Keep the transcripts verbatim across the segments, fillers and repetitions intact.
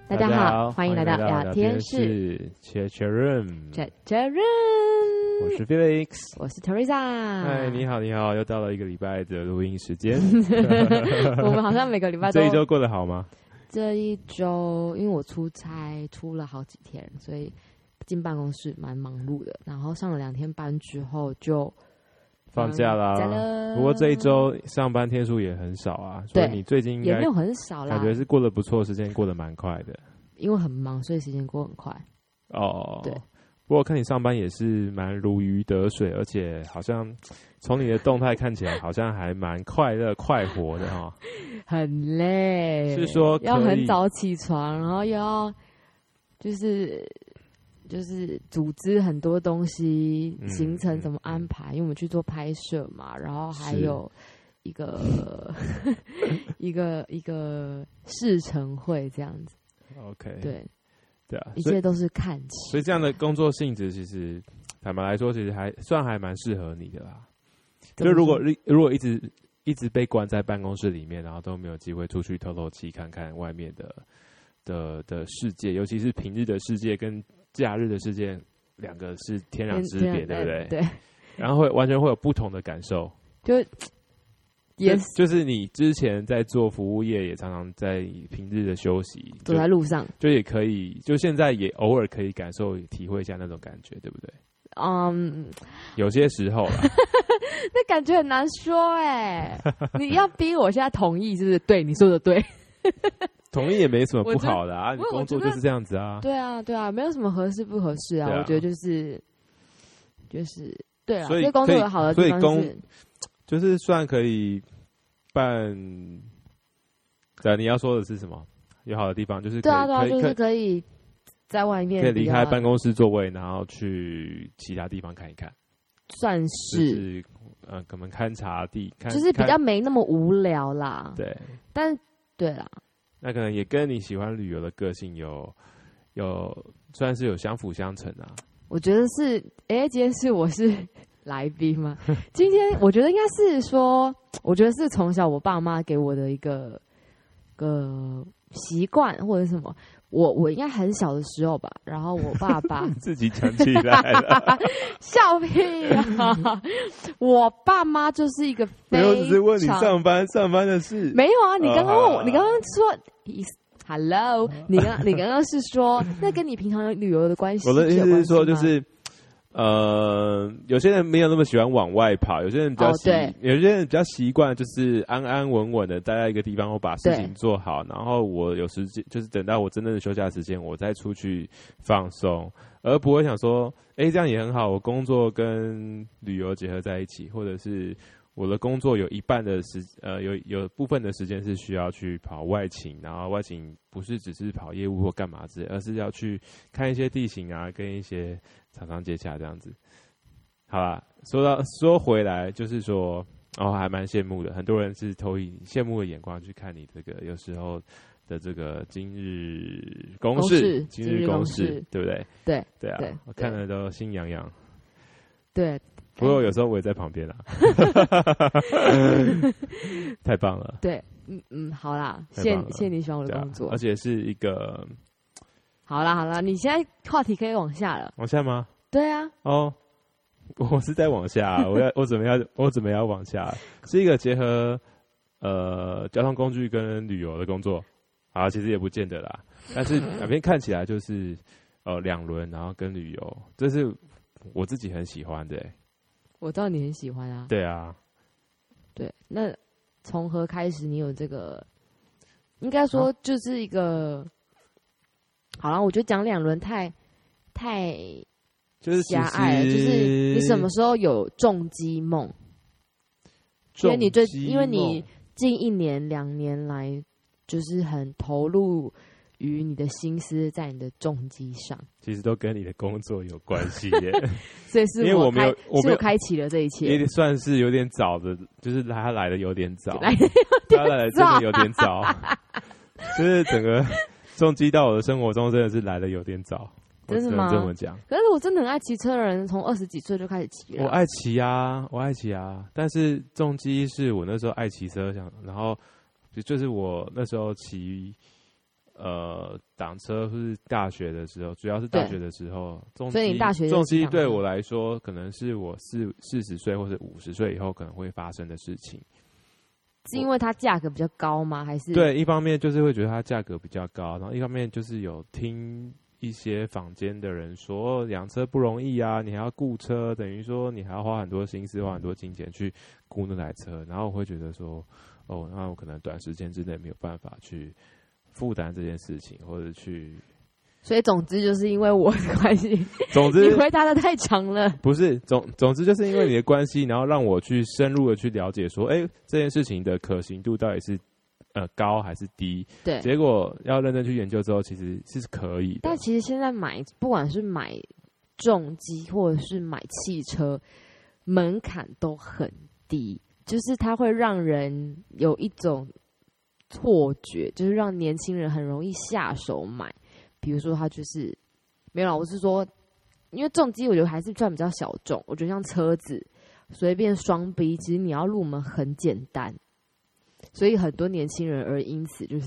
大家好，欢迎来到聊天室 Chat Chat Room Chat Chat Room， 我是 Felix， 我是 Teresa。 嗨，你好，你好，又到了一个礼拜的录音时间。 我们好像每个礼拜都。 这一周过得好吗？ 这一周，因为我出差出了好几天，所以进办公室蛮忙碌的。然后上了两天班之后就放假啦。 嗯、 不过这一周上班天数也很少啊，所以你最近应该也没有很少啦， 感觉是过得不错，时间过得蛮快的。 因为很忙，所以时间过很快。 哦， 对。 不过看你上班也是蛮如鱼得水，而且好像从你的动态看起来，好像还蛮快乐、快活的哈。 很累， 是说要很早起床，然后又要就是就是组织很多东西，嗯、行程怎么安排？嗯、因为我们去做拍摄嘛，然后还有一个一个一个试乘会这样子。 OK， 对。 对啊， 一切都是看齐。 所以这样的工作性质，其实坦白来说，其实还算还蛮适合你的啦。就如果如果一直一直被关在办公室里面，然后都没有机会出去透透气，看看外面的的的世界，尤其是平日的世界跟假日的世界，两个是天壤之别，对不对？ 对。 然后会完全会有不同的感受。 就。 也、yes. 就是你之前在做服务业，也常常在平日的休息， 走在路上， 就也可以，就现在也偶尔可以感受、体会一下那种感觉，对不对？嗯、um, ，有些时候啦， 那感觉很难说哎、欸。你要逼我现在同意，是不是？对，你说的对。 同意也没什么不好的啊，你工作就是这样子啊。 对啊，对啊，没有什么合适不合适啊。啊我觉得就是就是对啊， 所以工作有好的地方是。 就是算可以办，对，你要说的是什么？有好的地方就是可以， 对啊，对啊， 可以就是可以在外面可以离开办公室座位，然后去其他地方看一看， 算是， 就是呃，可能勘察地，看就是比较没那么无聊啦。 对， 但对啦， 那可能也跟你喜欢旅游的个性有有算是有相辅相成啊。 我觉得是，哎，今天是我是。来宾吗？今天我觉得应该是说，我觉得是从小我爸妈给我的一个个习惯或者什么。我我应该很小的时候吧，然后我爸爸自己讲起来了， 笑屁啊！我爸妈就是一个非常， 没有，只是问你上班上班的事。 没有啊，你刚刚问我，哦、你刚刚说 ，Hello， 你刚你刚刚是说，那跟你平常旅游的关系？ 我的意思是说，就是。呃，有些人没有那么喜欢往外跑，有些人比较习，哦、有些人比较习惯就是安安稳稳的待在一个地方，或把事情做好。然后我有时间，就是等到我真正的休假时间，我再出去放松，而不会想说，哎、欸，这样也很好，我工作跟旅游结合在一起，或者是我的工作有一半的时，呃，有有部分的时间是需要去跑外勤，然后外勤不是只是跑业务或干嘛之类，而是要去看一些地形啊，跟一些厂商接洽这样子。好啦，说到说回来，就是说，哦，还蛮羡慕的，很多人是投以羡慕的眼光去看你这个有时候的这个今日公事，今日公事，对不对？ 对对啊， 对我看了都心痒痒。 对。 不过有时候我也在旁边啦，太棒了。 对，嗯嗯，好啦，谢谢你喜欢我的工作， 而且是一个。 好啦好啦，你现在话题可以往下了。 往下吗？ 对啊。 哦，我是在往下，我要我怎么样？我怎么样往下？是一个结合呃交通工具跟旅游的工作。啊，其实也不见得啦，但是哪边看起来就是呃两轮，然后跟旅游，这是我自己很喜欢的、欸。 我知道你很喜欢啊。 对啊。 对，那从何开始你有这个？应该说就是一个，啊、好了，我觉得讲两轮太太就是狭隘了。就是你什么时候有重机梦？因为你最，因为你近一年两年来就是很投入于你的心思在你的重机上， 其实都跟你的工作有关系耶。 所以是我因为我没有，我没有开启了这一切， 也算是有点早的，就是他来的有点早， 来的有点早， 他来的真的有点早，就是整个重机到我的生活中真的是来的有点早。 真的吗？ 这么讲。 可是我真的很爱骑车的人，从二十几岁就开始骑了。 我爱骑啊，我爱骑啊，但是重机是我那时候爱骑车，想，然后就是我那时候骑。 呃挡车是大学的时候，主要是大学的时候，重所以你大学重机对我来说，可能是我四四十岁或者五十岁以后可能会发生的事情。 是因为它价格比较高吗？还是对，一方面就是会觉得它价格比较高，然后一方面就是有听一些坊间的人说养车不容易啊，你还要顾车，等于说你还要花很多心思、花很多金钱去顾那台车，然后我会觉得说，哦，那我可能短时间之内没有办法去负担这件事情，或者去。 所以总之就是因为我的关系， 总之你回答的太长了。 不是总总之就是因为你的关系，然后让我去深入的去了解说，哎，这件事情的可行度到底是呃高还是低？ 对， 结果要认真去研究之后，其实是可以的。 但其实现在买不管是买重机或者是买汽车，门槛都很低，就是它会让人有一种错觉，就是让年轻人很容易下手买。比如说，他就是没有啦，我是说，因为重机我觉得还是算比较小众。我觉得像车子随便双 B， 其实你要入门很简单，所以很多年轻人而因此就是，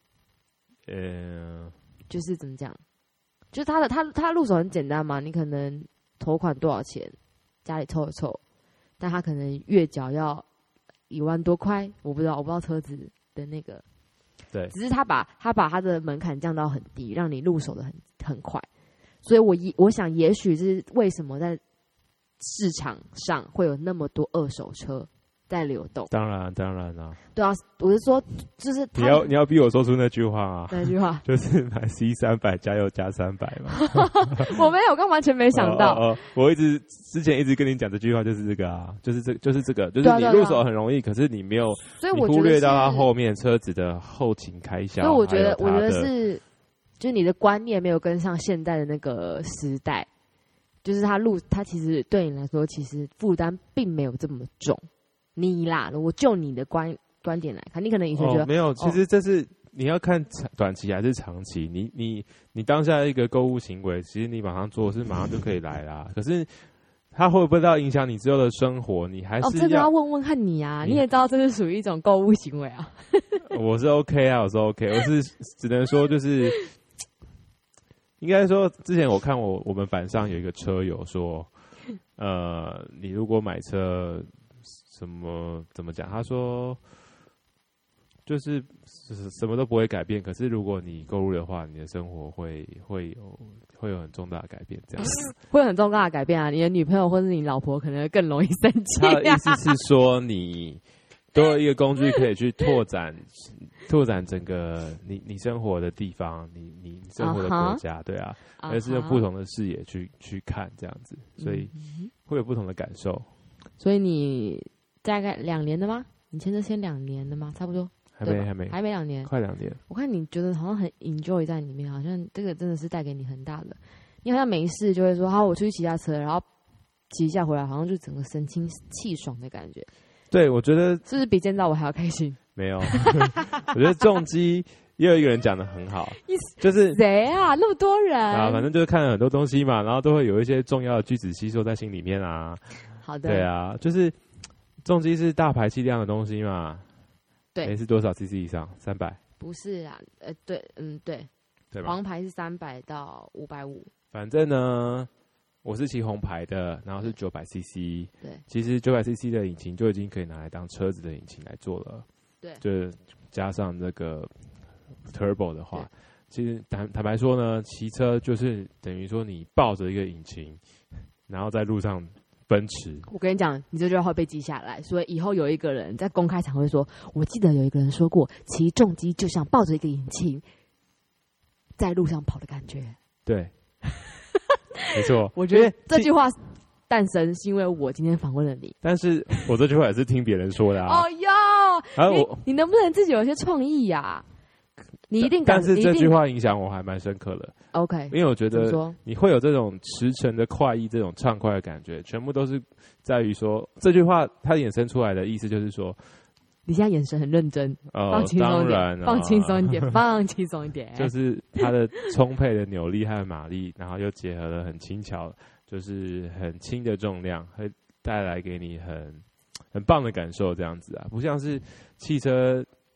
呃，就是怎么讲，就是他的他他入手很简单嘛，你可能头款多少钱，家里凑一凑，但他可能月缴要一万多块，我不知道，我不知道车子的那个。 对， 只是他把他把他的门槛降到很低，让你入手的很很快，所以我我想也许是为什么在市场上会有那么多二手车在流动。 当然当然啦、啊， 对啊，我是说，就是你要你要逼我说出那句话啊， 那句话就是买 C 三百加油加三百嘛。 我没有，刚完全没想到。 哦哦哦，我一直之前一直跟你讲这句话，就是这个啊，就是这就是这个，就是你入手很容易，可是你没有， 所以我你忽略到它后面车子的后勤开销。 所以我觉得，我觉得是，就是你的观念没有跟上现在的那个时代，就是它路，它其实对你来说，其实负担并没有这么重。你啦，我就你的观观点来看，你可能以前觉得、 哦、没有，其实这是、哦、你要看短期还是长期。你你你当下一个购物行为，其实你马上做是马上就可以来啦。可是它会不会到影响你之后的生活？你还是要哦，这个要问问看你啊，你, 你也知道这是属于一种购物行为啊。 我是 OK 啊，我是 OK， 我是只能说就是应该说，之前我看我我们板上有一个车友说，呃，你如果买车。什么怎么讲？他说，就是什么都不会改变。可是如果你购入的话，你的生活会会有会有很重大的改变。这样会有很重大的改变啊！你的女朋友或者你老婆可能更容易生气、啊。 他的意思是说，你多了一个工具可以去拓展拓展整个你你生活的地方，你你生活的国家， uh-huh. 对啊，而是用不同的视野去去看这样子，所以会有不同的感受。 所以你大概两年的吗？你签这签两年的吗？差不多， 还没还没还没两年， 快两年。 我看你觉得好像很 enjoy 在里面，好像这个真的是带给你很大的。你好像没事就会说，好，我出去骑下车，然后骑一下回来，好像就整个神清气爽的感觉。 对，我觉得是不是比见到我还要开心？ 没有，我觉得重机也有一个人讲得很好，就是谁啊？那么多人啊，反正就是看了很多东西嘛，然后都会有一些重要的句子吸收在心里面啊。 好的， 对啊，就是重机是大排气量的东西嘛， 对， 欸、是多少 C C 以上？三百？ 不是啊，呃，对，嗯，对， 对吧？ 黄牌是三百到五百五， 反正呢，我是骑红牌的，然后是九百 C C， 对， 其实九百 C C 的引擎就已经可以拿来当车子的引擎来做了， 对， 就加上那个 turbo 的话，其实坦坦白说呢，骑车就是等于说你抱着一个引擎，然后在路上。奔驰， 我跟你讲，你这句话会被记下来，所以以后有一个人在公开场会说：“我记得有一个人说过，骑重机就像抱着一个引擎在路上跑的感觉。”对， 没错。 我觉得这句话诞生是因为我今天访问了你， 但是我这句话也是听别人说的啊。 哦哟，啊我你，你能不能自己有一些创意呀、啊？你一定敢， 但是这句话影响我还蛮深刻的。 OK， 因为我觉得你会有这种驰骋的快意，这种畅快的感觉，全部都是在于说这句话它衍生出来的意思就是说， 你现在眼神很认真， 呃， 放轻松一点， 啊、 放轻松一点，放轻松一点， 就是它的充沛的扭力和马力，然后又结合了很轻巧，就是很轻的重量，会带来给你很很棒的感受，这样子啊，不像是汽车。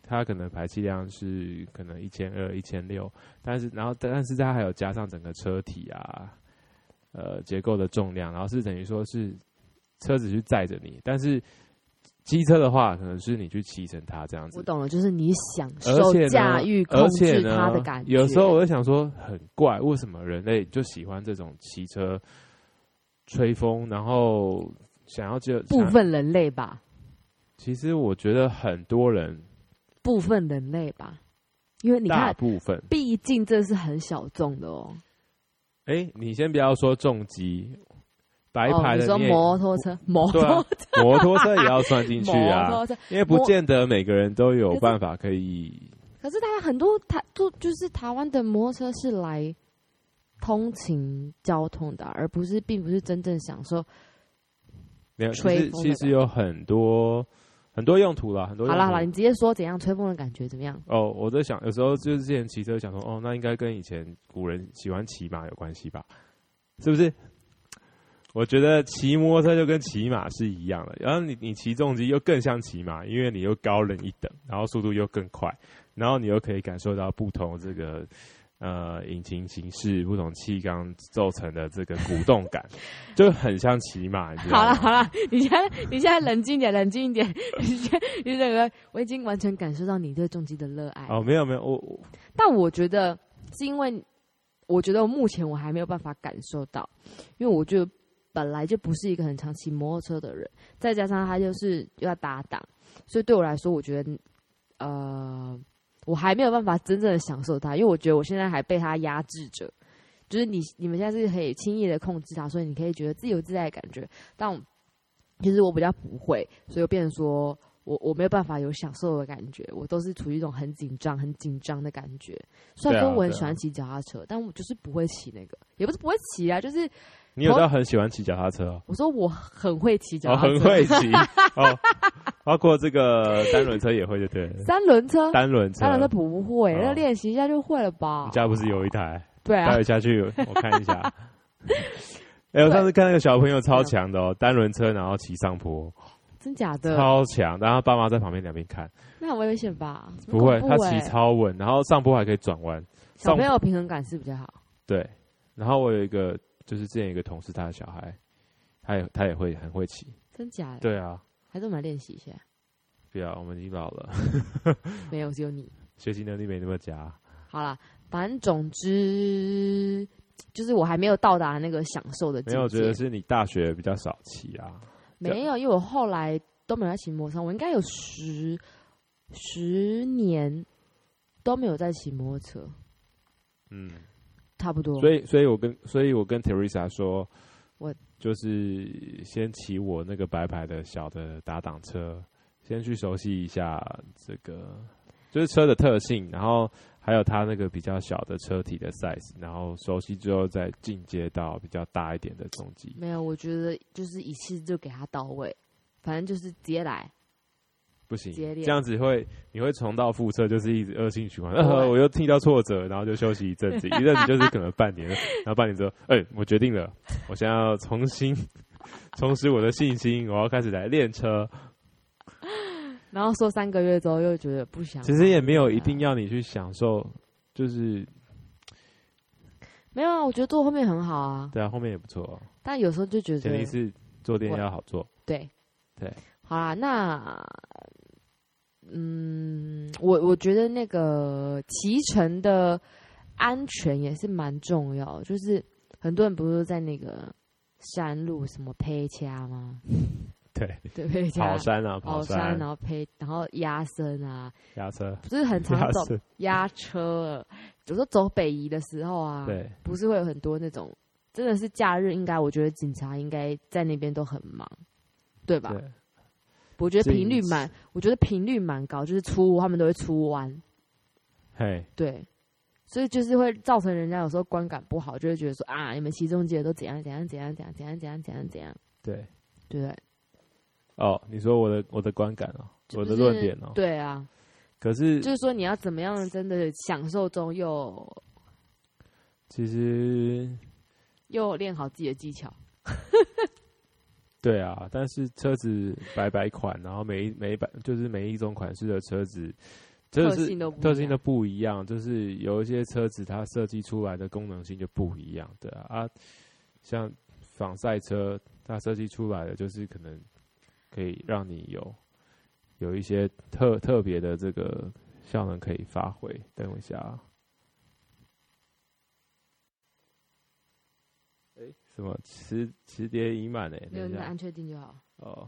它可能排气量是可能一千二、一千六，但是然后但是它还有加上整个车体啊，呃结构的重量，然后是等于说是车子去载着你，但是机车的话，可能是你去骑乘它这样子。 我懂了，就是你享受驾驭、控制它的感觉。 有时候我就想说，很怪，为什么人类就喜欢这种骑车吹风，然后想要就部分人类吧。 其实我觉得很多人， 部分人类吧，因为你看， 大部分， 毕竟这是很小众的哦。 哎、欸，你先不要说重机，白牌的、 哦，你说摩托车，摩托车、 啊，摩托车也要算进去啊，因为不见得每个人都有办法可以。 可是他很多台就就是台湾的摩托车是来通勤交通的，而不是并不是真正享受。 没有，其实其实有很多很多用途啦，很多用途。 好啦好啦，你直接说怎样吹风的感觉怎么样？ 哦，我在想，有时候就是之前骑车想说，哦，那应该跟以前古人喜欢骑马有关系吧？是不是？我觉得骑摩托车就跟骑马是一样的，然后你你骑重机又更像骑马，因为你又高人一等，然后速度又更快，然后你又可以感受到不同这个呃引擎形式、不同气缸构成的这个鼓动感，就很像骑马。你知道吗？ 好了好了，你现在你现在冷静一点，冷静一点，你现你这个我已经完全感受到你对重机的热爱。 哦，没有没有，我我但我觉得是因为我觉得我目前我还没有办法感受到，因为我觉得。本来就不是一个很常骑摩托车的人，再加上他就是要打档，所以对我来说，我觉得，呃，我还没有办法真正的享受它，因为我觉得我现在还被它压制着。就是你你们现在是可以轻易的控制它，所以你可以觉得自由自在的感觉，但就是我比较不会，所以变成说我我没有办法有享受的感觉，我都是处于一种很紧张、很紧张的感觉。虽然说我很喜欢骑脚踏车，但我就是不会骑那个，也不是不会骑啊，就是。 你有到很喜欢骑脚踏车哦？ 我说我很会骑脚踏车， 哦、很会骑哦，包括这个单轮车也会，就对了。 三轮车， 单轮车， 单轮车不会，那、哦、练习一下就会了吧？ 你家不是有一台？ 对啊， 待会下去我看一下。哎、欸，我上次看那个小朋友超强的哦，单轮车然后骑上坡， 真假的？ 超强，然后爸妈在旁边两边看， 那很危险吧？ 不会，他骑超稳，然后上坡还可以转弯。 小朋友平衡感是比较好。 对，然后我有一个。就是之前有一个同事，他的小孩，他也他也会很会骑， 真假的？ 对啊， 还是我们来练习一下。 不要，我们已经老了。 没有，只有你学习能力没那么佳。 好啦，反正总之就是我还没有到达那个享受的境界。 没有，觉得是你大学比较少骑啊。 没有，因为我后来都没有在骑摩托车，我应该有十十年都没有在骑摩托车。嗯。差不多， 所以，所以我跟，所以我跟 Teresa 说， 我就是先骑我那个白牌的小的打档车，先去熟悉一下这个，就是车的特性，然后还有它那个比较小的车体的 size， 然后熟悉之后再进阶到比较大一点的重机。 没有，我觉得就是一次就给它到位，反正就是直接来。 不行，这样子会你会重蹈覆辙，就是一直恶性循环。呃、 哦， 我又听到挫折，然后就休息一阵子，一阵子就是可能半年，然后半年之后，哎、欸，我决定了，我想要重新重拾我的信心，我要开始来练车。 然后说三个月之后又觉得不想。 其实也没有一定要你去享受，就是没有啊，我觉得坐后面很好啊。 对啊，后面也不错、哦。 但有时候就觉得， 前提是坐垫要好坐。 对对， 好啦，那。嗯，我我觉得那个骑乘的安全也是蛮重要，就是很多人不是在那个山路什么配掐吗？ 对对，配掐跑山啊， 跑山，然后配，然后压身啊， 压车， 不是很常走压车。有时候走北宜的时候啊， 对， 不是会有很多那种，真的是假日，应该我觉得警察应该在那边都很忙，对吧？对，我觉得频率蛮，我觉得频率蛮高，就是出他们都会出弯， 嘿， 对，所以就是会造成人家有时候观感不好，就会觉得说啊，你们骑中街都怎样怎样怎样怎样怎样怎样怎样怎样， 对， 对不对？ 哦，你说我的我的观感哦，我的论点哦， 对啊， 可是就是说你要怎么样真的享受中又， 其实又练好自己的技巧。 对啊，但是车子百百款，然后每一每一百就是每一种款式的车子特性都特性都不一样，就是有一些车子它设计出来的功能性就不一样的 啊, 啊，像仿赛车它设计出来的就是可能可以让你有有一些特特别的这个效能可以发挥。等一下、啊，哎、欸，什么磁磁碟已满哎？ 没有，那按确定就好。 哦，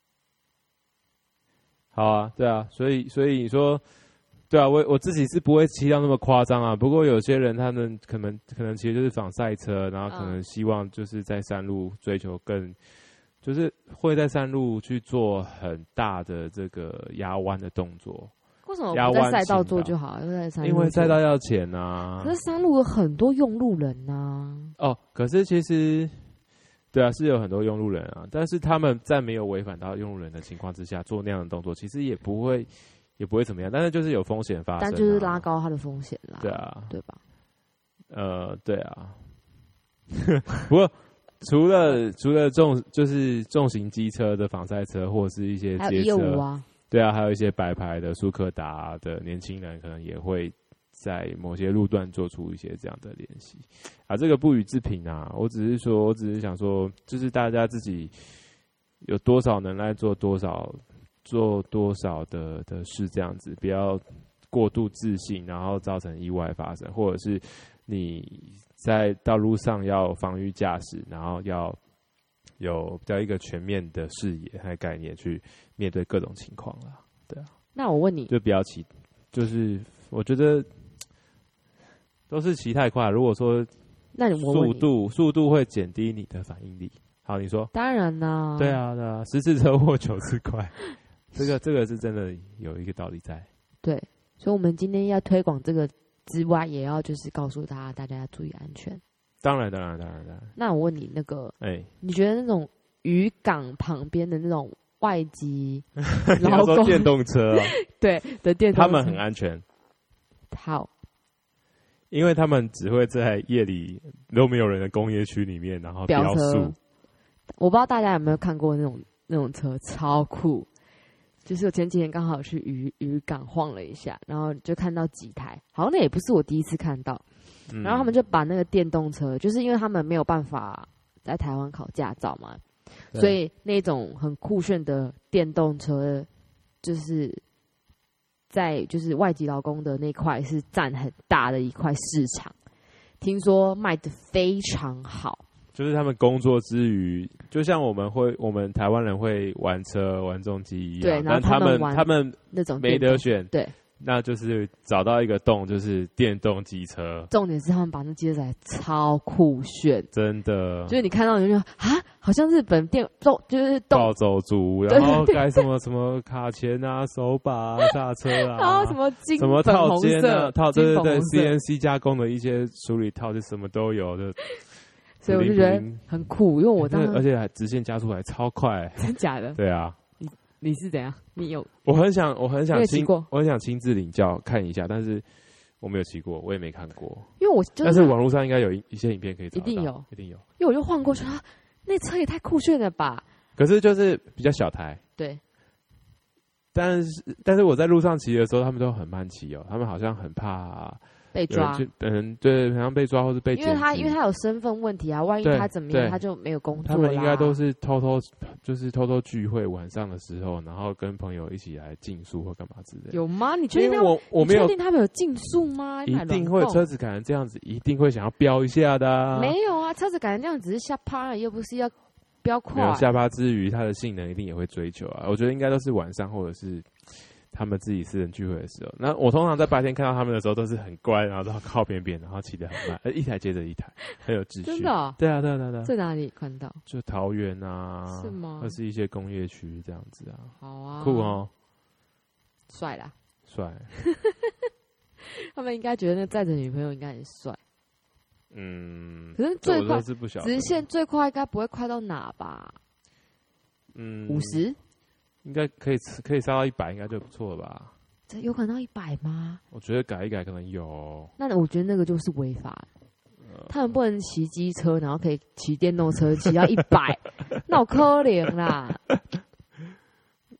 好啊，对啊，所以所以你说。对啊，我我自己是不会骑到那么夸张啊。不过有些人他们可能可能其实就是仿赛车，然后可能希望就是在山路追求更，就是会在山路去做很大的这个压弯的动作。 为什么不在赛道做就好？在山路， 因为赛道要钱啊。 可是山路有很多用路人呐、 啊。哦，可是其实，对啊，是有很多用路人啊，但是他们在没有违反到用路人的情况之下做那样的动作，其实也不会。也不会怎么样，但是就是有风险发生、啊， 但就是拉高它的风险啦。 对啊， 对吧？ 呃，对啊。不过除了除了重就是重型机车的仿赛车，或是一些街车啊， 对啊，还有一些白牌的速克达的年轻人，可能也会在某些路段做出一些这样的练习啊。这个不予置评啊，我只是说，我只是想说，就是大家自己有多少能耐做多少。做多少的的事这样子，不要过度自信，然后造成意外发生，或者是你在道路上要防御驾驶，然后要有比较一个全面的视野和概念去面对各种情况啦。对啊， 那我问你， 就不要骑，就是我觉得都是骑太快。如果说那你速度速度会减低你的反应力。好，你说？ 当然啦。 对啊，对啊，十次车祸九次快。这个这个是真的有一个道理在， 对，所以我们今天要推广这个之外，也要就是告诉大家，大家要注意安全。 当然，当然，当然，当然。 那我问你，那个， 哎、欸， 你觉得那种渔港旁边的那种外籍劳工电动车、哦， 对的电动车， 他们很安全。 好， 因为他们只会在夜里都没有人的工业区里面，然后飙速。 我不知道大家有没有看过那种那种车，超酷。就是我前几天刚好去渔渔港晃了一下，然后就看到几台，好像那也不是我第一次看到。嗯、然后他们就把那个电动车，就是因为他们没有办法在台湾考驾照嘛，所以那种很酷炫的电动车，就是在就是外籍劳工的那块是占很大的一块市场，听说卖得非常好。 就是他们工作之余，就像我们会，我们台湾人会玩车、玩重机一样， 对， 但他们他们那种没得选， 对， 那就是找到一个洞，就是电动机车。 重点是他们把那机车来超酷炫， 真的， 就是你看到你就觉得啊，好像日本电动就是暴走族，然后改什么什么卡钳啊、手把啊、刹车啊， 然后什么金什么套件啊、套对对对 C N C 加工的一些处理套，就什么都有的。 所以我就觉得很酷，因为我当时而且还直线加速还超快， 真假的？ 对啊， 你你是怎样？你有？ 我很想，我很想亲， 我很想亲自领教看一下，但是我没有骑过，我也没看过。 因为我、就是， 但是网络上应该有一些影片可以找到， 一定有， 一定有。 因为我就晃过去啊，那车也太酷炫了吧！ 可是就是比较小台， 对。 但是但是我在路上骑的时候，他们都很慢骑哦，他们好像很怕。 被抓， 嗯，对，好像被抓或是被检举， 因为他因为他有身份问题啊，万一他怎么样，他就没有工作啦。 他们应该都是偷偷，就是偷偷聚会，晚上的时候，然后跟朋友一起来竞速或干嘛之类的。 有吗？你确定他？ 我我没有确定他们有竞速吗？ 一定会，车子改成这样子，一定会想要飙一下的、啊。 没有啊，车子改成这样只是下趴了，又不是要飙快。 没有下趴之余，它的性能一定也会追求啊。我觉得应该都是晚上或者是。他们自己私人聚会的时候，那我通常在白天看到他们的时候都是很乖，然后都靠边边，然后骑得很慢，一台接着一台，很有秩序。 真的、哦？ 对啊，对啊，对啊。对啊在哪里看到？ 就桃园啊， 是吗？ 或是一些工业区这样子啊。 好啊， 酷哦， 帅啦， 帅。 他们应该觉得那载着女朋友应该很帅。 嗯， 可是最快是不晓得直线最快应该不会快到哪吧？ 嗯， 五十。 应该可以可以杀到一百，应该就不错了吧？ 这有可能到一百吗？ 我觉得改一改可能有。 那我觉得那个就是违法。呃、他们不能骑机车，然后可以骑电动车骑到一百，那我可怜啦。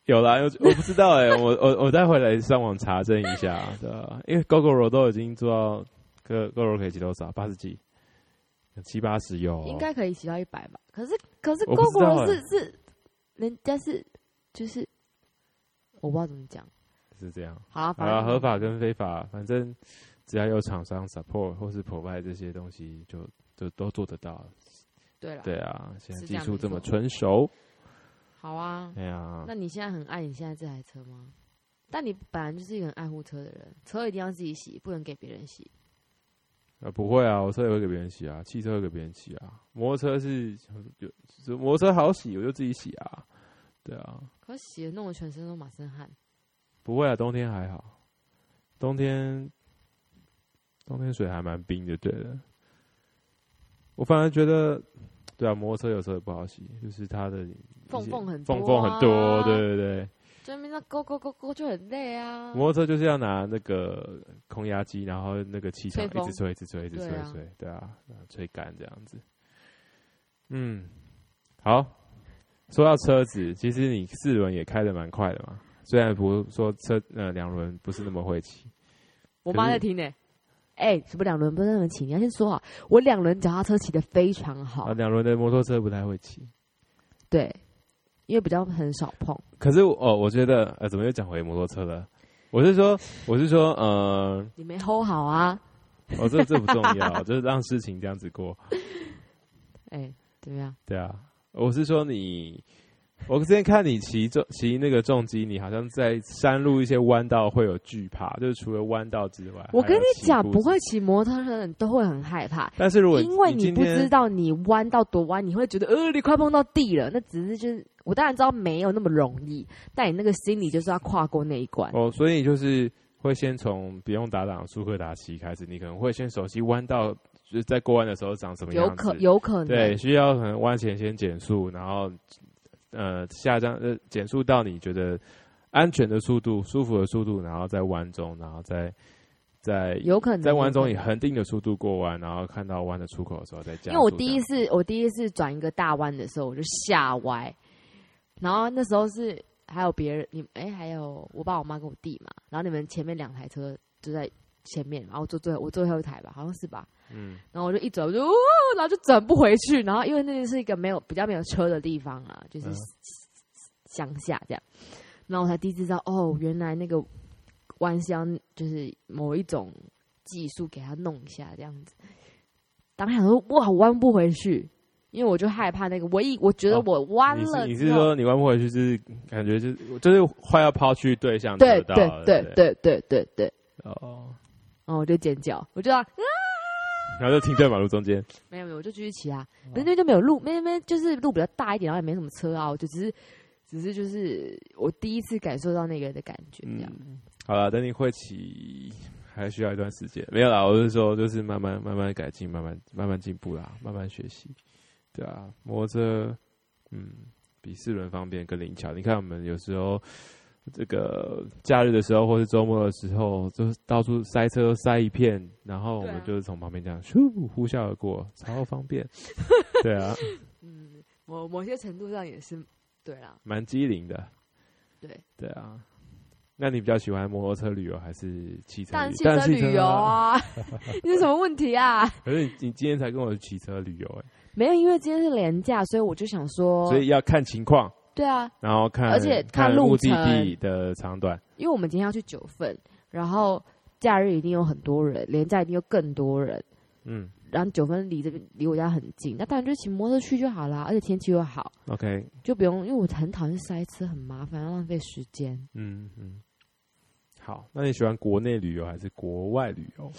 有啦，我不知道哎、欸，我我我待会来上网查证一下，对吧？因为 Gogoro 都已经做到个 Gogoro 可以骑多少？八十几，七八十有、哦， 应该可以骑到一百吧？可是可是我不知道 Gogoro 欸是是人家是就是我不知道怎么讲， 是这样。 好啊， 好啦，合法跟非法，反正只要有厂商 support 或是 provide 这些东西就，就都做得到。 对了， 对啊，现在是这样技术这么没错成熟。 好啊。 哎呀， 那你现在很爱你现在这台车吗？但你本来就是一个很爱护车的人，车一定要自己洗，不能给别人洗。 呃，不会啊，我车也会给别人洗啊，汽车会给别人洗啊，摩托车是就就摩托车好洗，我就自己洗啊。对啊， 可是洗的弄得全身都满身汗。 不会啊，冬天还好，冬天冬天水还蛮冰的，对的。我反而觉得，对啊，摩托车有时候也不好洗，就是它的缝缝很多、啊， 缝缝很多，对对对。 这边那勾勾勾勾就很累啊。 摩托车就是要拿那个空压机，然后那个气场一直吹，一直吹，一直吹， 对啊吹，对啊，吹干这样子。嗯，好。说到车子，其实你四轮也开得蛮快的嘛，虽然不说车呃两轮不是那么会骑。 我妈在听呢、欸。哎、欸，什么两轮不是那么骑？你要先说好，我两轮脚踏车骑得非常好。 啊，两轮的摩托车不太会骑。 对，因为比较很少碰。 可是哦，我觉得呃，怎么又讲回摩托车了？我是说，我是说，呃， 你没 hold 好啊。 哦，这这不重要，就是让事情这样子过。 哎、欸，怎么样？ 对啊，我是说你。我之前看你骑重骑那个重机，你好像在山路一些弯道会有惧怕，就是除了弯道之外， 我跟你讲，不会骑摩托车的人都会很害怕。 但是如果因为你不知道你弯到多弯，你会觉得呃，你快碰到地了。那只是就是我当然知道没有那么容易，但你那个心里就是要跨过那一关。 哦，所以你就是会先从不用打档速克达骑开始，你可能会先熟悉弯道，就是在过弯的时候长什么样子。 有可有可能对，需要可能弯前先减速，然后。呃，下降呃减速到你觉得安全的速度、舒服的速度，然后在弯中，然后再在有可能在弯中以恒定的速度过弯，然后看到弯的出口的时候再加速。 因为我第一次我第一次转一个大弯的时候，我就下歪，然后那时候是还有别人，你哎、欸、还有我爸、我妈跟我弟嘛，然后你们前面两台车就在前面，然后我坐最后我最后一台吧，好像是吧。嗯，然后我就一转，我就哦，然后就转不回去，然后因为那是一个没有比较没有车的地方啊，就是乡下这样，然后我才第一次知道哦，原来那个弯箱就是某一种技术给它弄一下这样子。当时想说哇，我弯不回去，因为我就害怕那个，我一我觉得我弯了、哦你，你是说你弯不回去，就是感觉就是就是快要抛去对向车道了， 对对对对对对对， 哦， 然后我就尖叫，我就要。 然后就停在马路中间， 没有没有，我就继续骑啊。那边就没有路，那边就是路比较大一点，然后也没什么车啊。我就只是，只是就是我第一次感受到那个的感觉，这样。 嗯、好了，等你会骑，还需要一段时间。没有啦，我是说，就是慢慢慢慢改进，慢慢慢慢进步啦，慢慢学习。对啊，摩托车，嗯，比四轮方便更灵巧。你看我们有时候。这个假日的时候，或是周末的时候，就是到处塞车塞一片，然后我们就是从旁边这样咻呼啸而过，超方便。对啊， 嗯，某某些程度上也是对啦， 蛮机灵的。 对对啊，那你比较喜欢摩托车旅游还是汽车旅游？ 当然汽车旅游啊！你有什么问题啊？ 可是你你今天才跟我骑车旅游哎、欸， 没有，因为今天是连假，所以我就想说， 所以要看情况。 对啊， 然后看， 而且看路目的地的长短。 因为我们今天要去九份，然后假日一定有很多人，连假一定有更多人。嗯，然后九份离这边离我家很近，那当然就骑摩托车去就好啦，而且天气又好。 OK， 就不用，因为我很讨厌塞车，很麻烦，要浪费时间。 嗯嗯。好，那你喜欢国内旅游还是国外旅游？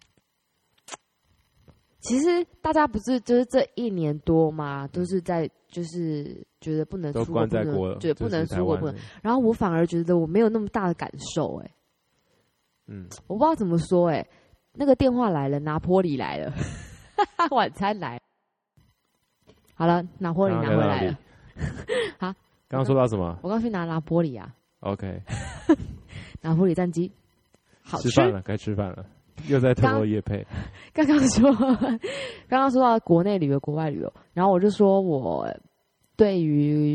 其实大家不是就是这一年多嘛，都是在就是觉得不能出国，不能对不能出国，不能。然后我反而觉得我没有那么大的感受、欸，哎，嗯，我不知道怎么说、欸，哎，那个电话来了，拿坡里来了，晚餐来了，好了，拿坡里拿回来了。好， 刚刚说到什么？ 我刚去拿拿坡里啊。 OK， 拿坡里战机，好吃。 吃饭了，该吃饭了。又在透露业配。 刚刚说，刚刚说到国内旅游、国外旅游，然后我就说我对于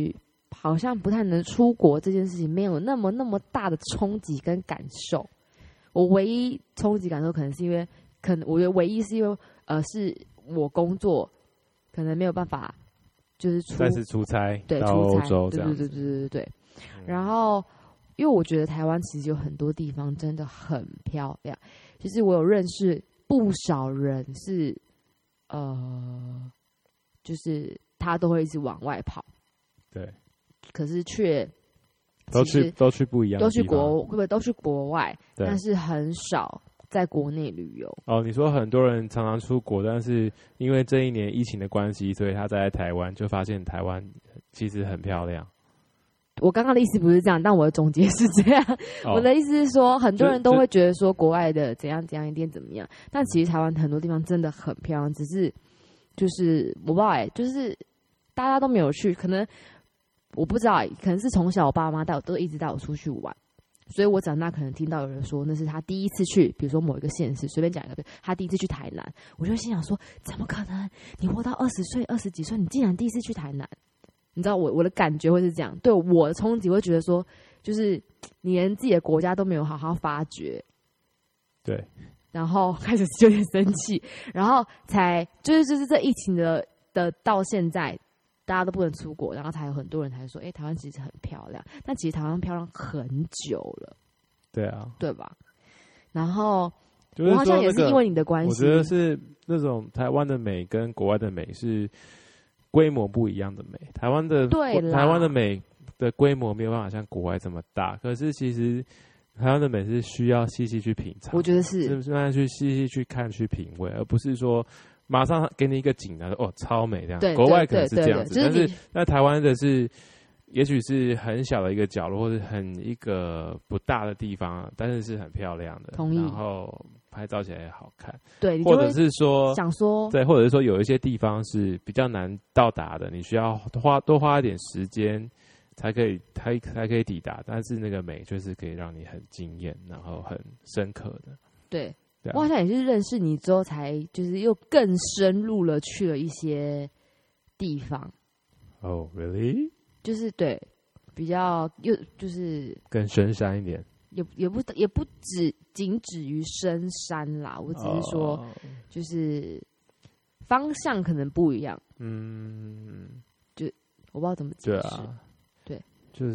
好像不太能出国这件事情没有那么那么大的冲击跟感受。我唯一冲击感受可能是因为，可能我觉得唯一是因为呃是我工作可能没有办法，就是出再次出差对到欧洲这样子，对对对对对对。嗯、然后因为我觉得台湾其实有很多地方真的很漂亮，就是我有认识不少人是呃，就是他都会一直往外跑， 对。 可是却都去都去不一样的都地方， 去国会不会都去国外，但是很少在国内旅游。 哦，你说很多人常常出国，但是因为这一年疫情的关系，所以他在台湾就发现台湾其实很漂亮。 我刚刚的意思不是这样，但我的总结是这样。哦、我的意思是说，很多人都会觉得说国外的怎样怎样一定怎么样，但其实台湾很多地方真的很漂亮，只是就是我不知道哎、欸，就是大家都没有去，可能。我不知道，可能是从小我爸妈带我都一直带我出去玩，所以我长大可能听到有人说那是他第一次去，比如说某一个县市，随便讲一个，他第一次去台南，我就心想说，怎么可能？你活到二十岁、二十几岁，你竟然第一次去台南？你知道我我的感觉会是这样，对我的冲击会觉得说，就是你连自己的国家都没有好好发掘， 对， 然后开始有点生气，然后才就是就是这疫情的的到现在。大家都不能出国，然后才有很多人才说：“哎、欸，台湾其实很漂亮。”但其实台湾漂亮很久了， 对啊， 对吧？然后、 就是、 我好像也是因为你的关系， 我觉得是那种台湾的美跟国外的美是规模不一样的美。台湾的对啦， 台湾的美的规模没有办法像国外这么大，可是其实台湾的美是需要细细去品尝， 我觉得是， 是慢慢去细细去看、去品味，而不是说。马上给你一个景啊，哦，超美这样。 对， 国外可能是这样子， 对对对对但是那台湾的是，也许是很小的一个角落，或者很一个不大的地方，但是是很漂亮的。 同意。 然后拍照起来也好看。 对， 或者是说想说， 对，或者是说有一些地方是比较难到达的，你需要花多花一点时间才可以，才才可以抵达。但是那个美就是可以让你很惊艳，然后很深刻的。 对。我好像也是认识你之后，才就是又更深入了去了一些地方。 哦、oh, ，really？ 就是对，比较又就是更深山一点， 也也不也不止仅止于深山啦。我只是说， oh. 就是方向可能不一样。嗯，就我不知道怎么解释。 对啊， 对， 就是。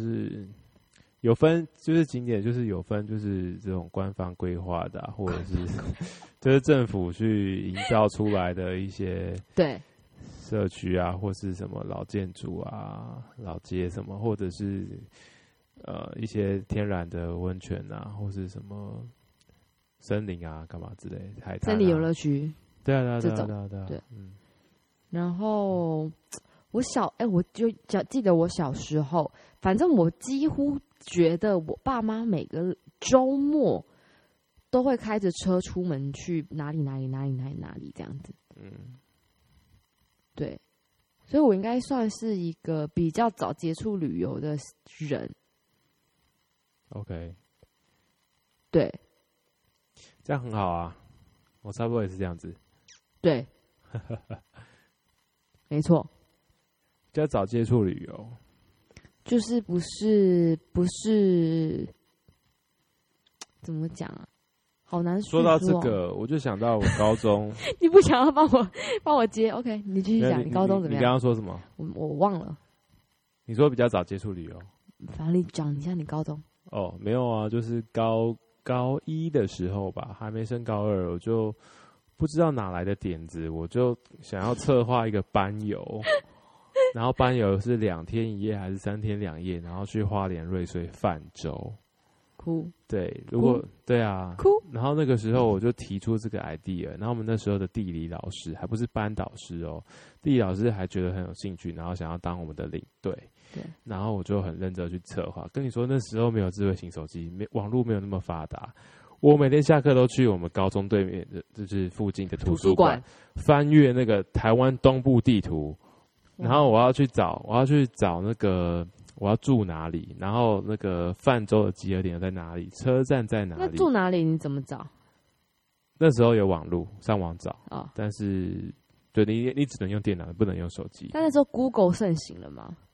有分就是景点，就是有分就是这种官方规划的、啊，或者是就是政府去营造出来的一些对社区啊，或是什么老建筑啊、老街什么，或者是呃一些天然的温泉啊，或是什么森林啊、干嘛之类的，海滩、啊、 森林游乐区， 对啊对啊对啊对啊对啊对啊， 对， 嗯。 然后我小哎、欸，我就记得我小时候，反正我几乎。觉得我爸妈每个周末都会开着车出门去哪里哪里哪里哪里哪里这样子，嗯，对，所以我应该算是一个比较早接触旅游的人。 OK， 对， 这样很好啊，我差不多也是这样子。 对，没错， 比较早接触旅游。 就是不是不是怎么讲啊？好难说。 说到这个，我就想到我高中。 你不想要帮我帮我接 ？OK， 你继续讲，你高中怎么样？ 你刚刚说什么？ 我我忘了。 你说比较早接触旅游， 反正你讲一下你高中。 哦，没有啊，就是高高一的时候吧，还没升高二，我就不知道哪来的点子，我就想要策划一个班游。然后班游是两天一夜还是三天两夜？然后去花莲瑞穗泛舟， 哭。 对，如果对啊， 哭。 然后那个时候我就提出这个 idea， 然后我们那时候的地理老师还不是班导师哦，地理老师还觉得很有兴趣，然后想要当我们的领队。 对。 然后我就很认真去策划。跟你说那时候没有智慧型手机，没网络没有那么发达。我每天下课都去我们高中对面的，就是附近的图书馆，翻阅那个台湾东部地图。然后我要去找，我要去找那个我要住哪里，然后那个泛舟的集合点在哪里，车站在哪里？ 那住哪里？你怎么找？ 那时候有网路，上网找啊、 哦， 但是对你你只能用电脑，不能用手机。 但那时候 Google 盛行了吗？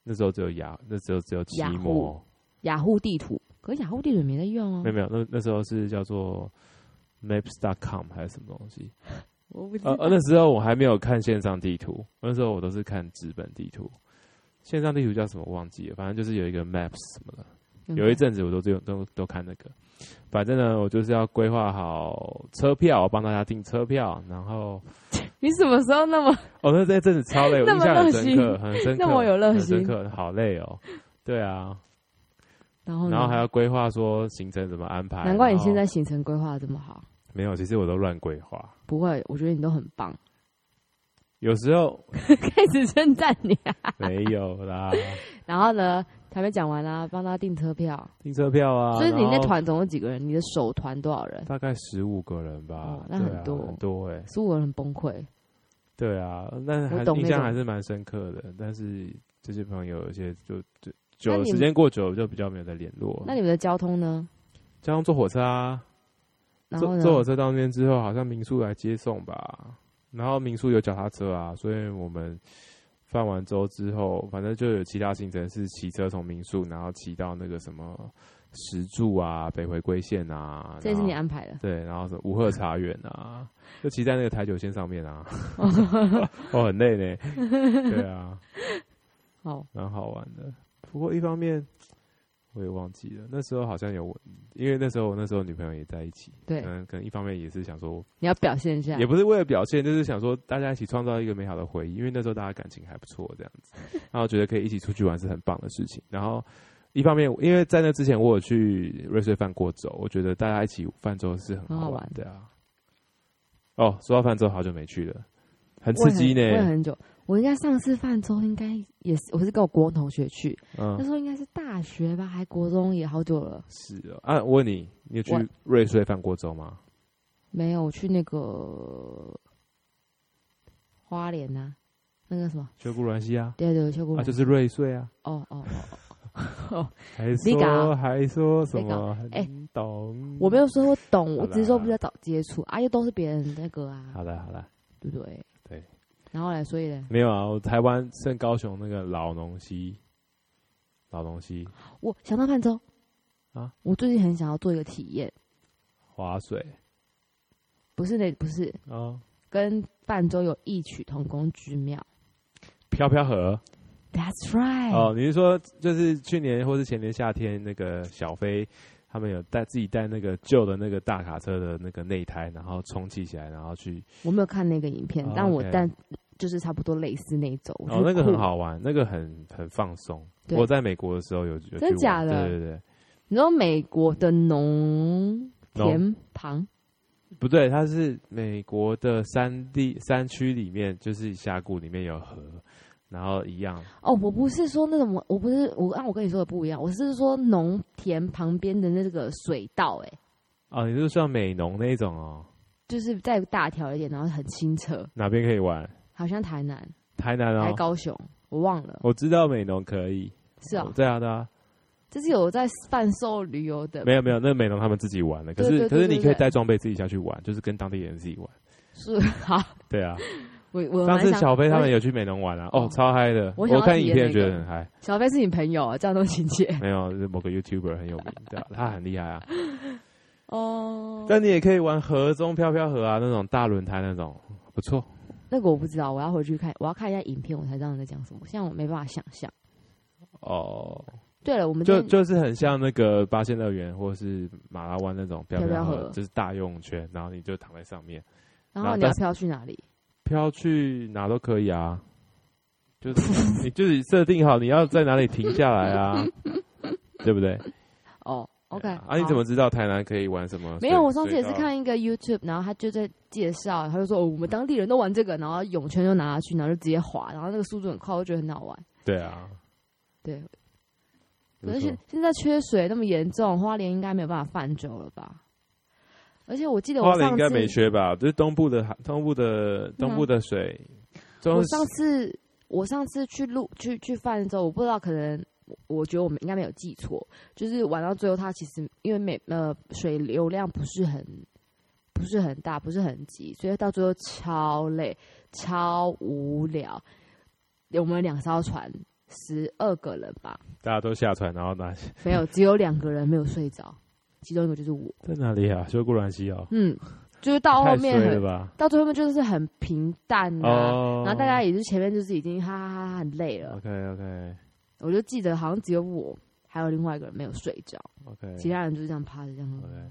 那时候只有雅，那时候只有奇摩、 雅虎地图，可是雅虎地图也没在用啊。 没有没有，那那时候是叫做 Maps dot com 还是什么东西？ 我不知道。 呃，那时候我还没有看线上地图，那时候我都是看纸本地图。线上地图叫什么我忘记了，反正就是有一个 Maps 什么的。嗯、有一阵子我都都都都看那个。反正呢，我就是要规划好车票，帮大家订车票，然后你什么时候那么？ 哦，那这阵子超累，我印象很深刻，很深刻， 那么有热心， 很深刻，好累哦。对啊， 然后然后还要规划说行程怎么安排。 难怪你现在行程规划这么好。 没有，其实我都乱规划。 不会，我觉得你都很棒。 有时候开始称赞你啊？ 没有啦。 然后呢？还没讲完啊，帮他订车票， 订车票啊。 所以你那团总共几个人？你的首团多少人？ 大概十五个人吧。 哦、那很多， 啊、很多哎、欸， 十五个人很崩溃。 对啊，那还印象还是蛮深刻的。但是这些朋友有些就就久时间过久就比较没有再联络。 那你们的交通呢？ 交通坐火车啊，坐坐火车到那边之后，好像民宿来接送吧。然后民宿有脚踏车啊，所以我们。放完粥之后，反正就有其他行程是骑车从民宿，然后骑到那个什么石柱啊、北回归线啊。 这也是你安排的。 对，然后什么五鹤茶园啊，就骑在那个台九线上面啊。哦，很累呢。对啊， 好， 蛮好玩的。不过一方面我也忘记了，那时候好像有，因为那时候我那时候女朋友也在一起。对，可能可能一方面也是想说你要表现一下， 也不是为了表现，就是想说大家一起创造一个美好的回忆，因为那时候大家感情还不错，这样子，然后觉得可以一起出去玩是很棒的事情。然后一方面，因为在那之前我有去瑞穗泛过舟，我觉得大家一起泛舟是很好玩的啊。哦，说到泛舟，好久没去了，很刺激呢。 我也很久，我应该上次泛舟应该也是，我是跟我国中同学去，嗯、那时候应该是大学吧，还国中也好久了。 是哦，啊，我问你，你有去瑞穗泛过舟吗？ 没有，我去那个花莲呐、啊，那个什么秀姑峦溪啊， 对对，秀姑峦啊，就是瑞穗啊。 哦哦哦哦， 还说还说什么？ 哎， 懂？ 我没有说我懂，我只是说比较早接触，啊，又都是别人那个啊。 好的好的， 对不对？ 对。 然后来，所以呢？ 没有啊，我台湾剩高雄那个老农溪，老农溪。 我想到泛舟啊， 我最近很想要做一个体验， 划水。 不是那不是啊、哦，跟泛舟有异曲同工之妙。 飘飘河 ，That's right。 哦，你是说就是去年或是前年夏天那个小飞他们有带自己带那个旧的那个大卡车的那个内胎，然后充气起来，然后去。 我没有看那个影片，哦、但我、okay. 但就是差不多类似那种。 哦，那个很好玩，那个很很放松。我在美国的时候有有去玩。 真的假的？ 对对对。 你说美国的农田旁？ 不对，它是美国的山地山区里面，就是峡谷里面有河，然后一样。 哦，我不是说那种，我不是我按我跟你说的不一样，我是说农田旁边的那个水道、欸，哎。 哦，你是像美浓那一种哦？ 就是再大条一点，然后很清澈。 哪边可以玩？ 好像台南。 台南哦。 还高雄，我忘了。 我知道美浓可以。 是啊、 哦。对啊，对啊。 这是有在贩售旅游的， 没有没有，那美浓他们自己玩的，可是对对对对对可是你可以带装备自己下去玩，就是跟当地人自己玩。 是好， 对啊。 我我上次小飞他们有去美浓玩啊，哦，超嗨的。 我, 我看影片觉得很嗨。 小飞是你朋友啊，这样都亲切。 没有，是某个 YouTuber 很有名，对啊，他很厉害啊。 哦。 但你也可以玩河中飘飘河啊，那种大轮胎那种，不错。 那个我不知道，我要回去看，我要看一下影片，我才知道你在讲什么。现在我没办法想象。 哦。 对了，我们就就是很像那个八仙乐园或是马拉湾那种飘飘河，就是大游泳圈，然后你就躺在上面。 然后你要飘去哪里？ 飘去哪都可以啊，就是你就是设定好你要在哪里停下来啊，对不对？ 哦 ，OK。 啊，你怎么知道台南可以玩什么？ 没有，我上次也是看一个 YouTube， 然后他就在介绍，他就说、哦、我们当地人都玩这个，然后泳圈就拿下去，然后就直接滑，然后那个速度很快，我觉得很好玩。 对啊， 对。可是现现在缺水那么严重，花莲应该没有办法泛舟了吧？而且我记得我上次花莲应该没缺吧？就是东部的东部的东部的水。 嗯、我上次我上次去录去去泛舟，我不知道，可能我觉得我们应该没有记错，就是玩到最后，它其实因为每呃水流量不是很不是很大，不是很急，所以到最后超累、超无聊。我们两艘船。 十二个人吧， 大家都下船，然后拿没有，只有两个人没有睡着，其中一个就是我。 在哪里啊？修固兰溪哦。 嗯，就是到后面很吧， 到最后面就是很平淡啊， 哦、 然后大家也是前面就是已经哈哈哈哈很累了。 OK OK， 我就记得好像只有我还有另外一个人没有睡着 ，OK， 其他人就是这样趴着这样。 OK，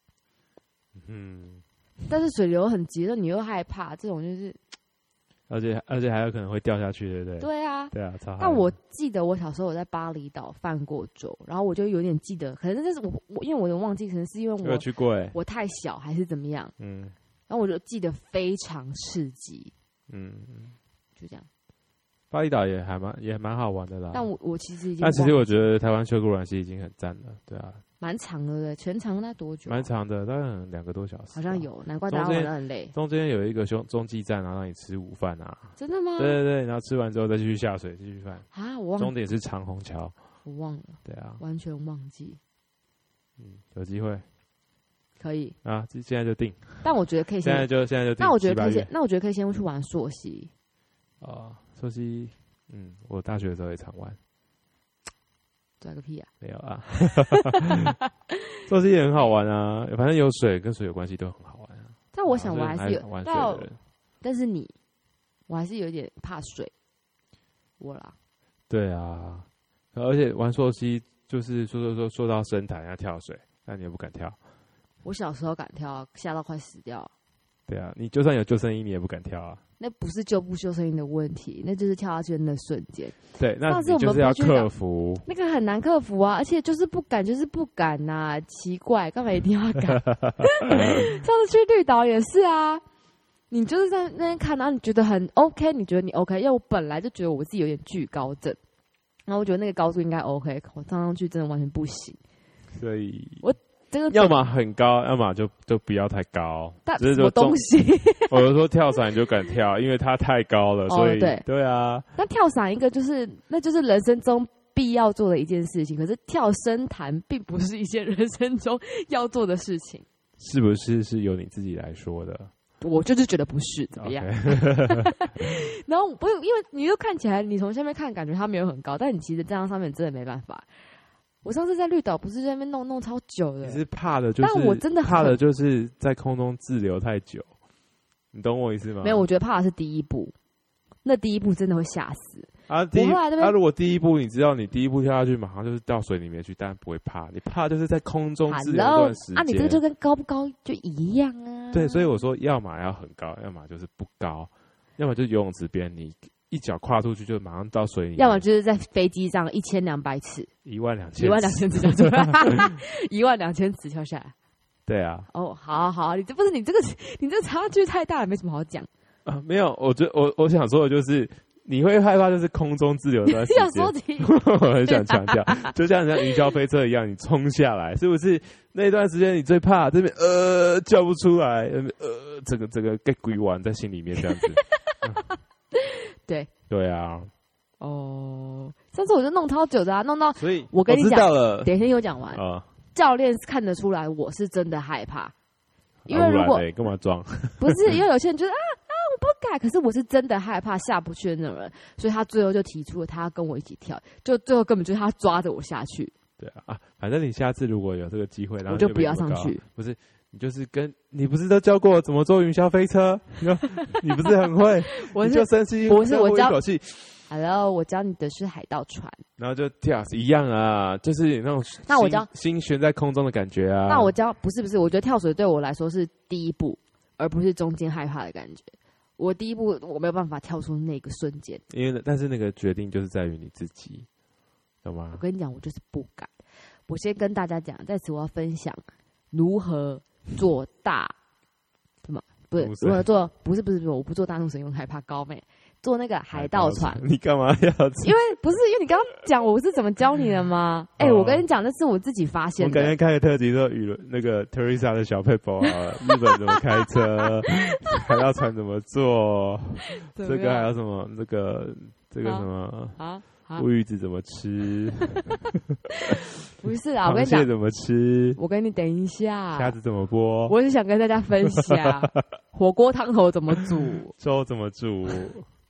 嗯， 但是水流很急，你又害怕，这种就是， 而且而且还有可能会掉下去，对不对？ 对啊， 对啊，超害。 但我记得我小时候我在巴厘岛泛过舟，然后我就有点记得，可能这是我我因为我有点忘记，可能是因为我有去过哎， 我太小还是怎么样， 嗯， 然后我就记得非常刺激，嗯，就这样。 巴厘岛也还蛮也蛮好玩的啦， 但我我其实已经， 但其实我觉得台湾修固兰溪已经很赞了，对啊， 蛮长的对，全长那多久、啊？ 蛮长的，大概两个多小时。 好像有，难怪大家玩得很累。 中间有一个中中继站，然后让你吃午饭啊。 真的吗？ 对对对，然后吃完之后再继续下水继续饭。 啊，我忘了。 终点是长虹桥。 我忘了。 对啊， 完全忘记。 嗯，有机会。 可以啊，现在就定。 但我觉得可以先。 现在就现在就定。 那我觉得可以先，那我觉得可以先去玩溯溪。 哦，溯溪。嗯，我大学的时候也常玩， 拽个屁啊！ 没有啊，溯溪也很好玩啊，反正有水跟水有关系都很好玩啊。 但我想我还是有玩水的人， 但是你，我还是有点怕水，我啦。 对啊，而且玩溯溪就是说说说说到深潭要跳水，但你也不敢跳。 我小时候敢跳，吓到快死掉。 对啊，你就算有救生衣，你也不敢跳啊。 那不是救不救生衣的问题，那就是跳下去的那瞬间。 对，那你就是要克服。 那个很难克服啊，而且就是不敢，就是不敢呐、啊，奇怪，干嘛一定要敢？上次去绿岛也是啊，你就是在那边看，然后你觉得很 OK， 你觉得你 OK， 因为我本来就觉得我自己有点惧高症，然后我觉得那个高度应该 OK， 我上上去真的完全不行。 所以我。这个要么很高，要么就就不要太高。 但什么东西？ 我就说跳伞你就敢跳，因为它太高了，所以、哦、 对对啊。 那跳伞一个就是那就是人生中必要做的一件事情，可是跳深潭并不是一件人生中要做的事情。 是不是是由你自己来说的？ 我就是觉得不是怎么样。Okay. 然后不是因为你又看起来，你从下面看感觉它没有很高，但你其实站在上面真的没办法。我上次在绿岛不是在那边弄弄超久的， 你是怕的，就是但我真的怕的就是在空中滞留太久，你懂我意思吗？ 没有，我觉得怕的是第一步，那第一步真的会吓死啊！第一啊，如果第一步你知道你第一步跳下去，马上就是到水里面去，当然不会怕。你怕就是在空中滞留一段时间啊，你这个就跟高不高就一样啊。 对，所以我说，要么要很高，要么就是不高，要么就是游泳池边你。一脚跨出去就马上到水里面， 要么就是在飞机上一千两百尺， 一万两千， 一万两千尺跳下来，一万两千尺跳下来。 对啊。 哦，好啊好啊，你这不是你这个你这个差距太大了，没什么好讲啊。没有，我觉我我想说的就是，你会害怕就是空中滞留的时间。 想说题， 我很想强调，就像像云霄飞车一样，你冲下来，是不是那段时间你最怕这边呃叫不出来，呃这个这个 get 鬼玩在心里面这样子。嗯对对啊， 哦，上次我就弄超久的啊，弄到所以我跟你讲，等一下我讲完啊，呃、 教练看得出来我是真的害怕，因为如果干、欸、嘛装？ 不是，因为有些人就是啊啊我不敢，可是我是真的害怕下不去的那种人，所以他最后就提出了他要跟我一起跳，就最后根本就是他抓着我下去。 对啊，啊，反正你下次如果有这个机会，然后我就不要上去， 不是。你就是跟你不是都教过怎么坐云霄飞车？你不是很会？ 我你就深吸， 不是我教一口气。 Hello， 我教你的是海盗船， 然后就跳一样啊，就是那种那我教心悬在空中的感觉啊。 那我教不是不是，我觉得跳水对我来说是第一步，而不是中间害怕的感觉。我第一步我没有办法跳出那个瞬间， 因为但是那个决定就是在于你自己，懂吗？ 我跟你讲，我就是不敢。我先跟大家讲，在此我要分享如何。做大什么？不是，如何做？不是不是不是，我不做大怒神，因为害怕高妹。做那个海盗船， 你干嘛要？ 因为不是因为你刚刚讲我是怎么教你的吗？哎、欸，我跟你讲，那是我自己发现的。 我感觉开个特辑说语论那个 Teresa 的小 paper 好了，日本怎么开车，海盗船怎么做，这个还有什么？这个这个什么啊？乌鱼子怎么吃？ 不是啊，我跟你讲， 螃蟹怎么吃？ 我跟你等一下， 虾子怎么剥？ 我是想跟大家分享火锅汤头怎么煮， 粥怎么煮。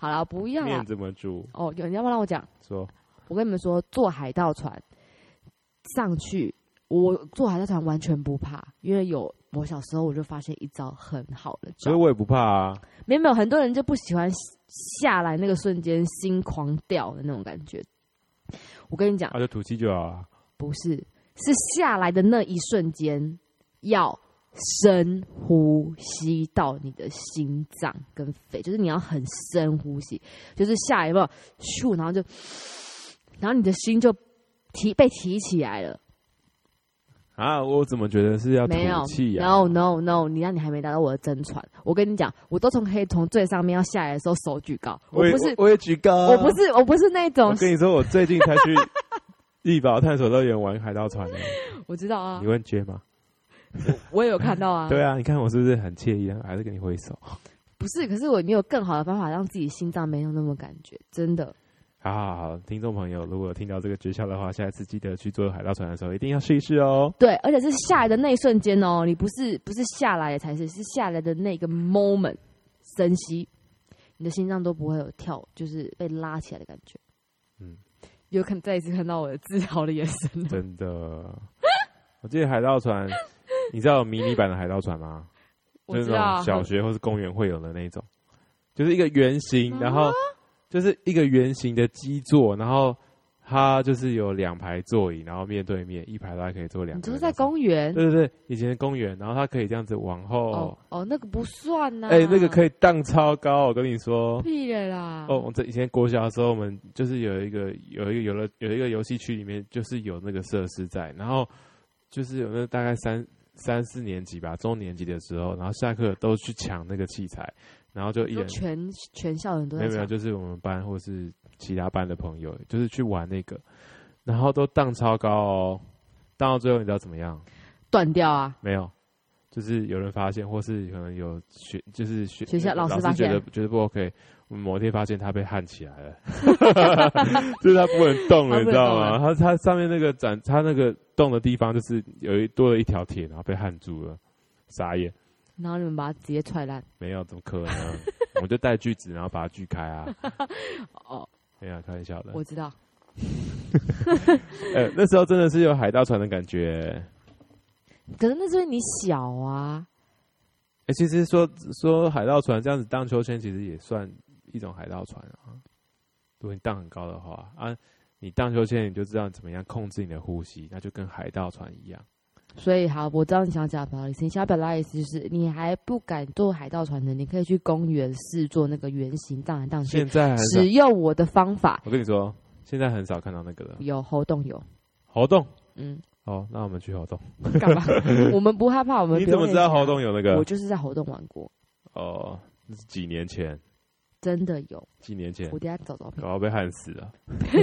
好了，不要啦。 面怎么煮？ 哦，有你要不要让我讲？ 说， 我跟你们说，坐海盗船上去，我坐海盗船完全不怕，因为有我小时候我就发现一招很好的招。 所以我也不怕啊。 没有没有，很多人就不喜欢下来那个瞬间心狂掉的那种感觉。我跟你讲， 那、啊、就吐气就好啊。 不是，是下来的那一瞬间要深呼吸到你的心脏跟肺，就是你要很深呼吸，就是下来有没有咻，然后就，然后你的心就提被提起来了。 啊，我怎么觉得是要吐气啊？ No No No， 你让你还没达到我的真传。我跟你讲，我都从可以从最上面要下来的时候手举高，我不是我, 我也举高、啊， 我不是我不是那种。 我跟你说，我最近才去力宝探索乐园玩海盗船呢、欸。 我知道啊， 你问 J 吗？ 我, 我也有看到啊。 对啊，你看我是不是很惬意啊？还是跟你挥手？ 不是，可是我没有更好的方法让自己心脏没有那么感觉，真的。 好好好，听众朋友，如果听到这个诀窍的话，下一次记得去坐海盗船的时候，一定要试一试哦。 对，而且是下来的那一瞬间哦，你不是不是下来的才是，是下来的那个 moment， 深吸，你的心脏都不会有跳，就是被拉起来的感觉。嗯，有可能再一次看到我的自豪的眼神。 真的，我记得海盗船，你知道有迷你版的海盗船吗？就是那种小学或是公园会有的那种，就是一个圆形，然后。就是一个圆形的基座，然后它就是有两排座椅，然后面对面，一排都还可以坐两个人。你就是在公园？ 对对对，以前的公园，然后它可以这样子往后。 哦，哦那个不算呐、啊。 哎、欸，那个可以荡超高，我跟你说。 屁了啦！ 哦，我这以前国小的时候，我们就是有一个有一个有了有一个游戏区里面，就是有那个设施在，然后就是有那大概三三四年级吧，中年级的时候，然后下课都去抢那个器材。然后就一人全全校人都在没有没有，就是我们班或是其他班的朋友，就是去玩那个，然后都荡超高哦，荡到最后你知道怎么样？ 断掉啊？ 没有，就是有人发现，或是可能有学，就是学学校老师发现觉得觉得不 OK， 我们某天发现他被焊起来了，就是他不能动了，你知道吗？他他上面那个展，他那个动的地方就是有一多了一条铁，然后被焊住了，傻眼。 然后你们把它直接踹烂？ 没有，怎么可能？我们就带锯子，然后把它锯开啊。哦，没有，开玩笑的。 我知道。 呃、欸，那时候真的是有海盗船的感觉。 可是那时候你小啊。 哎、欸，其实说说海盗船这样子荡秋千，其实也算一种海盗船啊。如果你荡很高的话啊，你荡秋千你就知道怎么样控制你的呼吸，那就跟海盗船一样。 所以好，我知道你想要表达的意思。你想要表达的意思就是，你还不敢坐海盗船的，你可以去公园试做那个圆形荡来荡去。 现在使用我的方法。 我跟你说，现在很少看到那个了。 有猴洞有。 猴洞？ 嗯。 哦，那我们去猴洞。 干嘛？我们不害怕，我们你怎么知道猴洞有那个？ 我就是在猴洞玩过。 哦，那是几年前。 真的有。 几年前？ 我等一下找照片。 搞到被焊死了。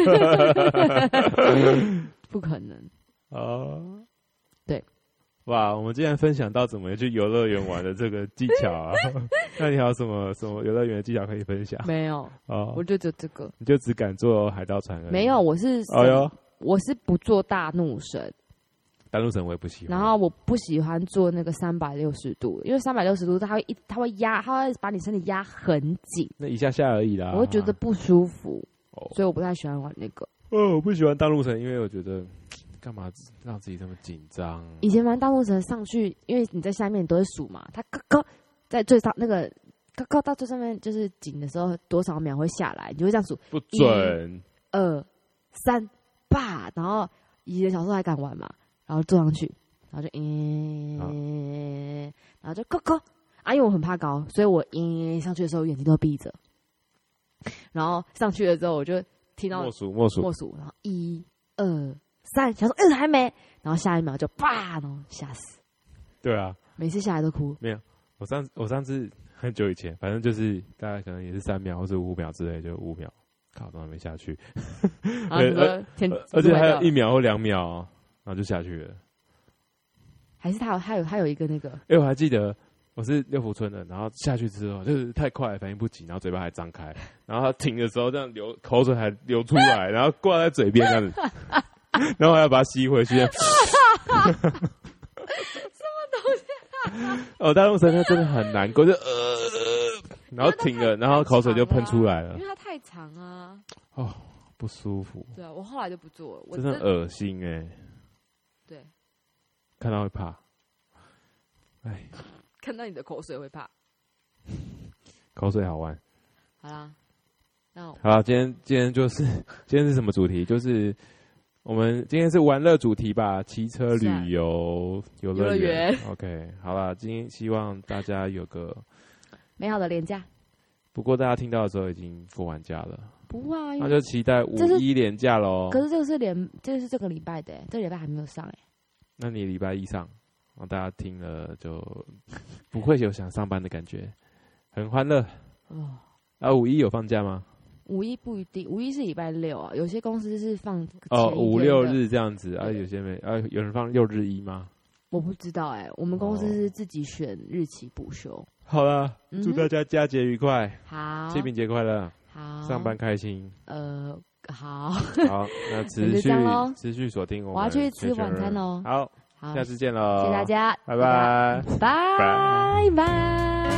不可能。 哦。 对。 哇，我们竟然分享到怎么去游乐园玩的这个技巧啊！那你还有什么什么游乐园的技巧可以分享？ 没有哦，我就只有这个。 你就只敢坐海盗船而已？ 没有，我是哦哟， 我是不坐大怒神。 大怒神我也不喜欢。 然后我不喜欢做那个三百六十度，因为三百六十度它会一它会压，它会把你身体压很紧。 那一下下而已啦， 我会觉得不舒服，哦、所以我不太喜欢玩那个。 哦，我不喜欢大怒神，因为我觉得。干嘛让自己这么紧张？ 以前玩大怒神上去，因为你在下面你都会数嘛，它高高在最上那个高高到最上面就是紧的时候多少秒会下来，你就会这样数。 不准。 一、二、三，啪！然后以前小时候还敢玩嘛，然后坐上去，然后就嗯、欸，然后就高高啊，因为我很怕高，所以我嗯、欸、上去的时候眼睛都闭着，然后上去了之后我就听到默数默数默数，然后一二。三，想说嗯还没，然后下一秒就啪，然后吓死。 对啊， 每次下来都哭。 没有，我上我上次很久以前，反正就是大概可能也是三秒或者五秒之类，就五秒，靠，都还没下去。 啊、而, 而且还有一秒或两秒，然后就下去了。 还是他有他有他有一个那个？ 哎、欸，我还记得我是六福村的，然后下去之后就是太快，反应不及，然后嘴巴还张开，然后他停的时候这样流口水还流出来，然后挂在嘴边这样子。然后还要把它吸回去。什么东西、啊？ 哦，大陆神他真的很难过，就呃， 然后停了，然后口水就喷出来了， 因为它太长啊。 哦，不舒服。 对啊，我后来就不做了，我真的恶心哎、欸。 对， 看到会怕。哎， 看到你的口水会怕。 口水好玩。 好啦，那好啦，今天今天就是今天是什么主题？就是我们今天是玩乐主题吧，骑车旅游游乐园。OK， 好啦，今天希望大家有个美好的连假。 不过大家听到的时候已经过完假了。 不会啊， 那就期待五一连假喽。 可是这个是连，这个是这个礼拜的，这个礼拜还没有上哎。 那你礼拜一上，让大家听了就不会有想上班的感觉，很欢乐。哦，啊，五一有放假吗？五一不一定，五一是礼拜六啊，有些公司是放哦五六日这样子啊，有些没啊，有人放六日一吗？ 我不知道哎、欸，我们公司是自己选日期补休。 好了，祝大家佳节愉快， 好， 清明节快乐， 好， 上班开心。 呃，好， 好，那持续持续锁定我们。 我要去吃晚餐喽。 好，好，下次见喽， 谢谢大家， 拜拜， 拜拜。